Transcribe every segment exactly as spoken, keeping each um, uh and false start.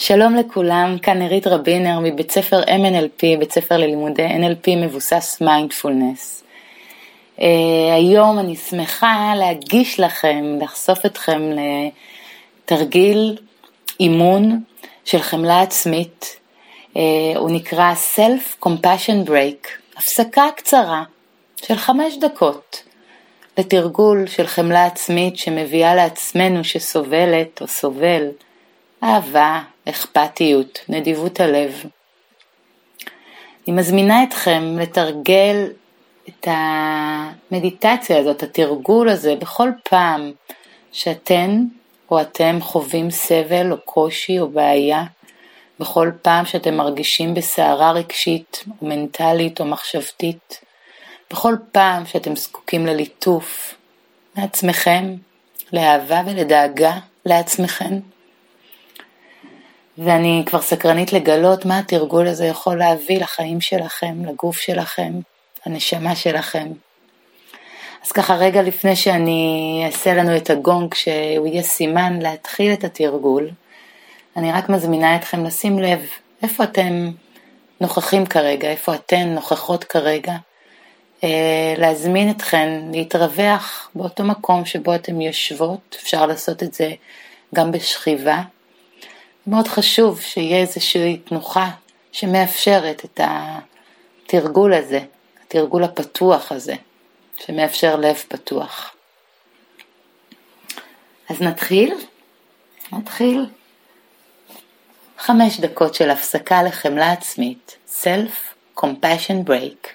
שלום לכולם, כאן עירית רבינר מבית ספר אם אן אל פי, בית ספר ללימודי אם אן פי מבוסס מיינדפולנס. Uh, היום אני שמחה להגיש לכם, לחשוף אתכם לתרגיל אימון של חמלה עצמית. Uh, הוא נקרא Self Compassion Break, הפסקה קצרה של חמש דקות לתרגול של חמלה עצמית שמביאה לעצמנו שסובלת או סובל אהבה, אכפתיות, נדיבות הלב. אני מזמינה אתכם לתרגל את המדיטציה הזאת, התרגול הזה, בכל פעם שאתן או אתם חווים סבל או קושי או בעיה, בכל פעם שאתם מרגישים בסערה רגשית או מנטלית או מחשבתית, בכל פעם שאתם זקוקים לליטוף מעצמכם, לאהבה ולדאגה לעצמכם. ואני כבר סקרנית לגלות מה התרגול הזה יכול להביא לחיים שלכם, לגוף שלכם, הנשמה שלכם. אז ככה רגע לפני שאני אעשה לנו את הגונג, שהוא יהיה סימן להתחיל את התרגול, אני רק מזמינה אתכם לשים לב איפה אתם נוכחים כרגע, איפה אתן נוכחות כרגע, להזמין אתכן להתרווח באותו מקום שבו אתם יושבות, אפשר לעשות את זה גם בשכיבה. מאוד חשוב שיהיה איזושהי תנוחה שמאפשרת את התרגול הזה, התרגול הפתוח הזה, שמאפשר לב פתוח. אז נתחיל, נתחיל. חמש דקות של הפסקה לחמלה עצמית, Self Compassion Break.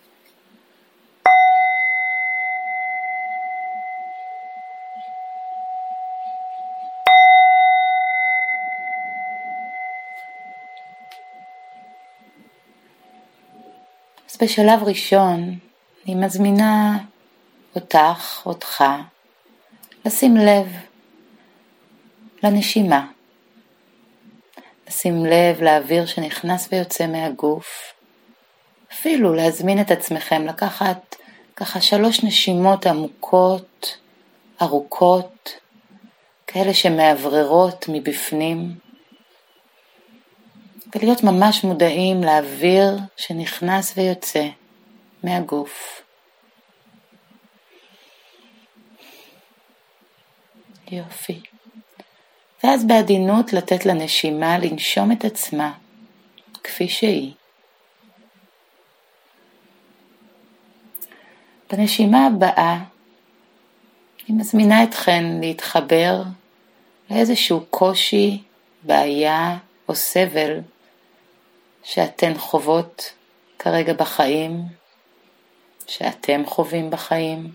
אז בשלב ראשון אני מזמינה אותך, אותך, לשים לב לנשימה. לשים לב לאוויר שנכנס ויוצא מהגוף. אפילו להזמין את עצמכם לקחת ככה שלוש נשימות עמוקות, ארוכות, כאלה שמאווררות מבפנים. ולהיות ממש מודעים לאוויר שנכנס ויוצא מהגוף. יופי. ואז בעדינות לתת לנשימה לנשום את עצמה כפי שהיא. בנשימה הבאה אני מזמינה אתכן להתחבר לאיזשהו קושי, בעיה או סבל שאתן חוות כרגע בחיים, שאתם חווים בחיים.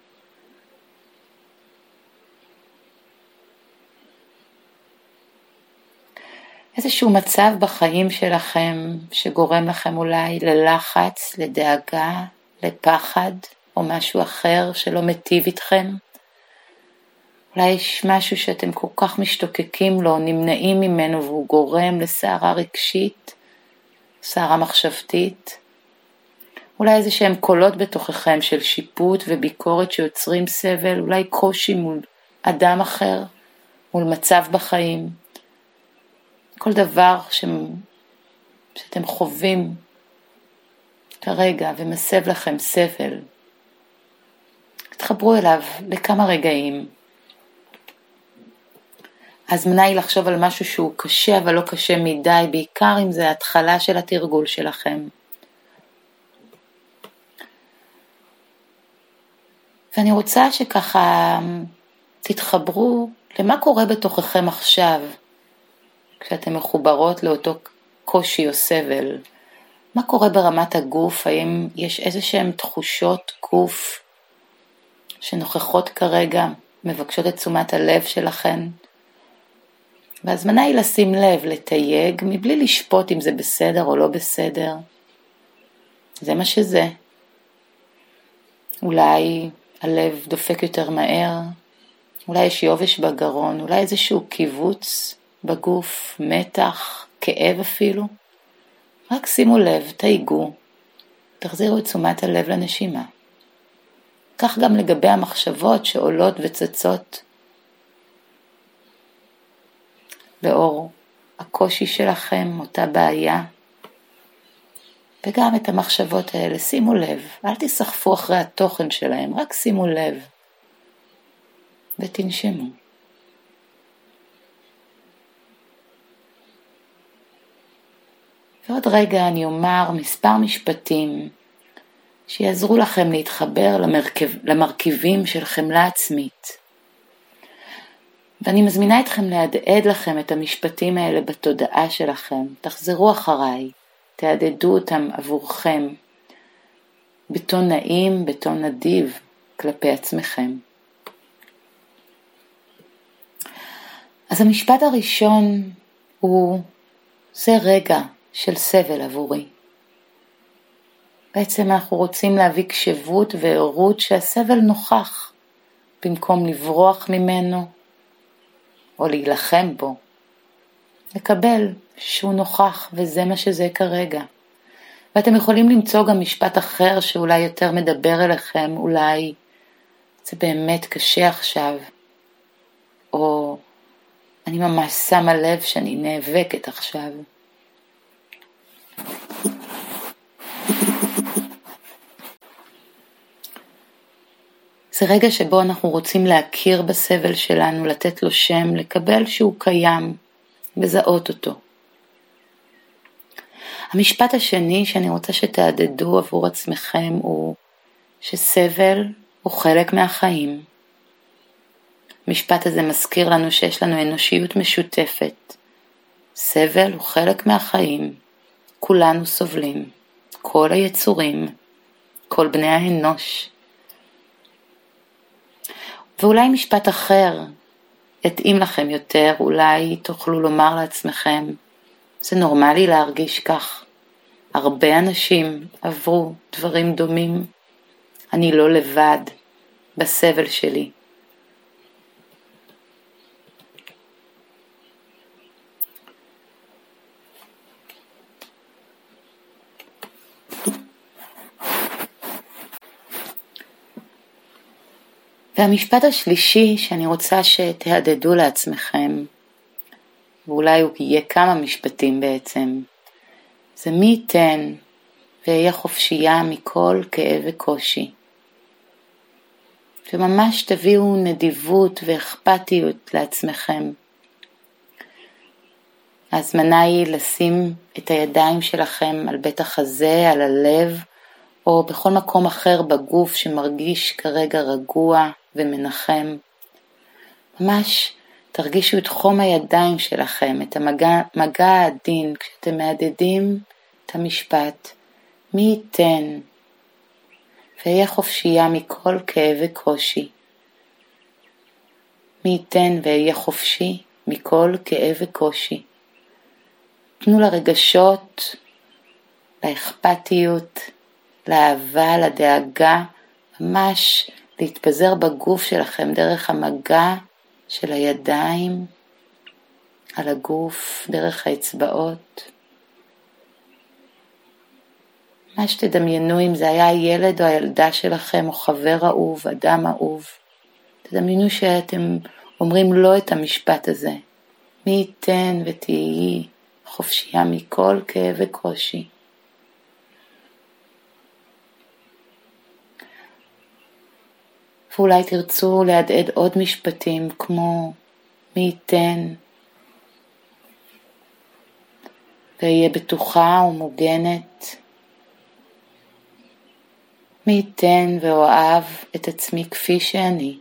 איזשהו מצב בחיים שלכם שגורם לכם אולי ללחץ, לדאגה, לפחד או משהו אחר שלא מטיב איתכם. אולי יש משהו שאתם כל כך משתוקקים לו, נמנעים ממנו והוא גורם לסערה רגשית, סערה מחשבתית. אולי איזה שהם קולות בתוככם של שיפוט וביקורת שיוצרים סבל, אולי קושי מול אדם אחר, מול מצב בחיים. כל דבר ש... שאתם חווים כרגע ומסב לכם סבל, תתחברו אליו לכמה רגעים. הזמנה היא לחשוב על משהו שהוא קשה אבל לא קשה מדי, בעיקר אם זה ההתחלה של התרגול שלכם. ואני רוצה שככה תתחברו למה קורה בתוככם עכשיו, כשאתם מחוברות לאותו קושי או סבל. מה קורה ברמת הגוף? האם יש איזה שהן תחושות גוף שנוכחות כרגע, מבקשות את תשומת הלב שלכן? והזמנה היא לשים לב, לתייג, מבלי לשפוט אם זה בסדר או לא בסדר. זה מה שזה. אולי הלב דופק יותר מהר, אולי יש יובש בגרון, אולי איזשהו קיבוץ בגוף, מתח, כאב אפילו. רק שימו לב, תייגו, תחזירו את תשומת הלב לנשימה. כך גם לגבי המחשבות שעולות וצצות לאור הקושי שלכם, אותה בעיה, וגם את המחשבות האלה, שימו לב, אל תסחפו אחרי התוכן שלהם, רק שימו לב, ותנשמו. ועוד רגע אני אומר מספר משפטים, שיעזרו לכם להתחבר למרכב, למרכיבים של חמלה עצמית. ואני מזמינה אתכם להדהד לכם את המשפטים האלה בתודעה שלכם. תחזרו אחריי, תהדהדו אותם עבורכם, בטון נעים, בטון נדיב, כלפי עצמכם. אז המשפט הראשון הוא, זה רגע של סבל עבורי. בעצם אנחנו רוצים להביא קשבות וערות שהסבל נוכח, במקום לברוח ממנו או להילחם בו. לקבל שהוא נוכח וזה מה שזה כרגע. ואתם יכולים למצוא גם משפט אחר שאולי יותר מדבר אליכם, אולי זה באמת קשה עכשיו, או אני ממש שמה לב שאני נאבקת עכשיו. זה רגע שבו אנחנו רוצים להכיר בסבל שלנו, לתת לו שם, לקבל שהוא קיים, לזהות אותו. המשפט השני שאני רוצה שתעדדו עבור עצמכם הוא שסבל הוא חלק מהחיים. המשפט הזה מזכיר לנו שיש לנו אנושיות משותפת. סבל הוא חלק מהחיים. כולנו סובלים. כל היצורים. כל בני האנוש. ואולי משפט אחר יתאים לכם יותר, אולי תוכלו לומר לעצמכם, זה נורמלי להרגיש כך. הרבה אנשים עברו דברים דומים. אני לא לבד בסבל שלי. והמשפט השלישי שאני רוצה שתהדהדו לעצמכם, ואולי הוא יהיה כמה משפטים בעצם, זה מי ייתן ואהיה חופשייה מכל כאב וקושי. וממש תביאו נדיבות ואכפתיות לעצמכם. ההזמנה היא לשים את הידיים שלכם על בית החזה, על הלב, או בכל מקום אחר בגוף שמרגיש כרגע רגוע ומנחם. ממש תרגישו את חום הידיים שלכם, את המגע, מגע העדין, כשאתם מהדהדים את המשפט, מי ייתן ואהיה חופשייה מכל כאב וקושי. מי ייתן ואהיה חופשי מכל כאב וקושי. תנו לרגשות, לאכפתיות, לאהבה, לדאגה, ממש להתפזר בגוף שלכם דרך המגע של הידיים על הגוף, דרך האצבעות. ממש תדמיינו אם זה היה הילד או הילדה שלכם, או חבר אהוב, אדם אהוב. תדמיינו שאתם אומרים לו את המשפט הזה. מי ייתן ותהיי חופשייה מכל כאב וקושי. ואולי תרצו להדהד עוד משפטים כמו מי ייתן ואהיה בטוחה ומוגנת. מי ייתן ואוהב את עצמי כפי שאני.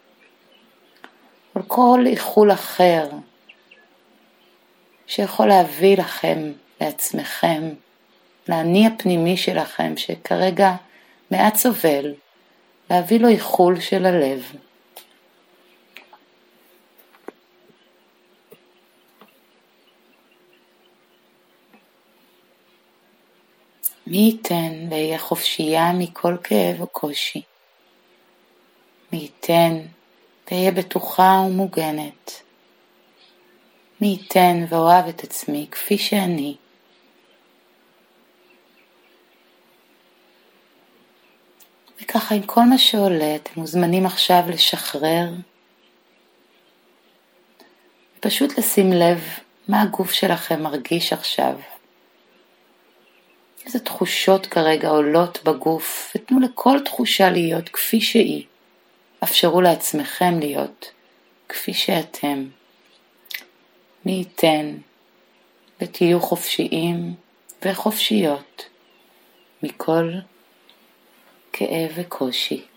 על כל איחול אחר שיכול להביא לכם, לעצמכם, לעני הפנימי שלכם שכרגע מעט סובל, להביא לו איחול של הלב. מי ייתן ואהיה חופשייה מכל כאב או קושי. מי ייתן ואהיה בטוחה ומוגנת. מי ייתן ואוהב את עצמי כפי שאני. וככה עם כל מה שעולה אתם מוזמנים עכשיו לשחרר. פשוט לשים לב מה הגוף שלכם מרגיש עכשיו? איזה תחושות כרגע עולות בגוף, ותנו לכל תחושה להיות כפי שהיא. אפשרו לעצמכם להיות כפי שאתם. מי ייתן ותהיו חופשיים וחופשיות מכל כאב וקושי.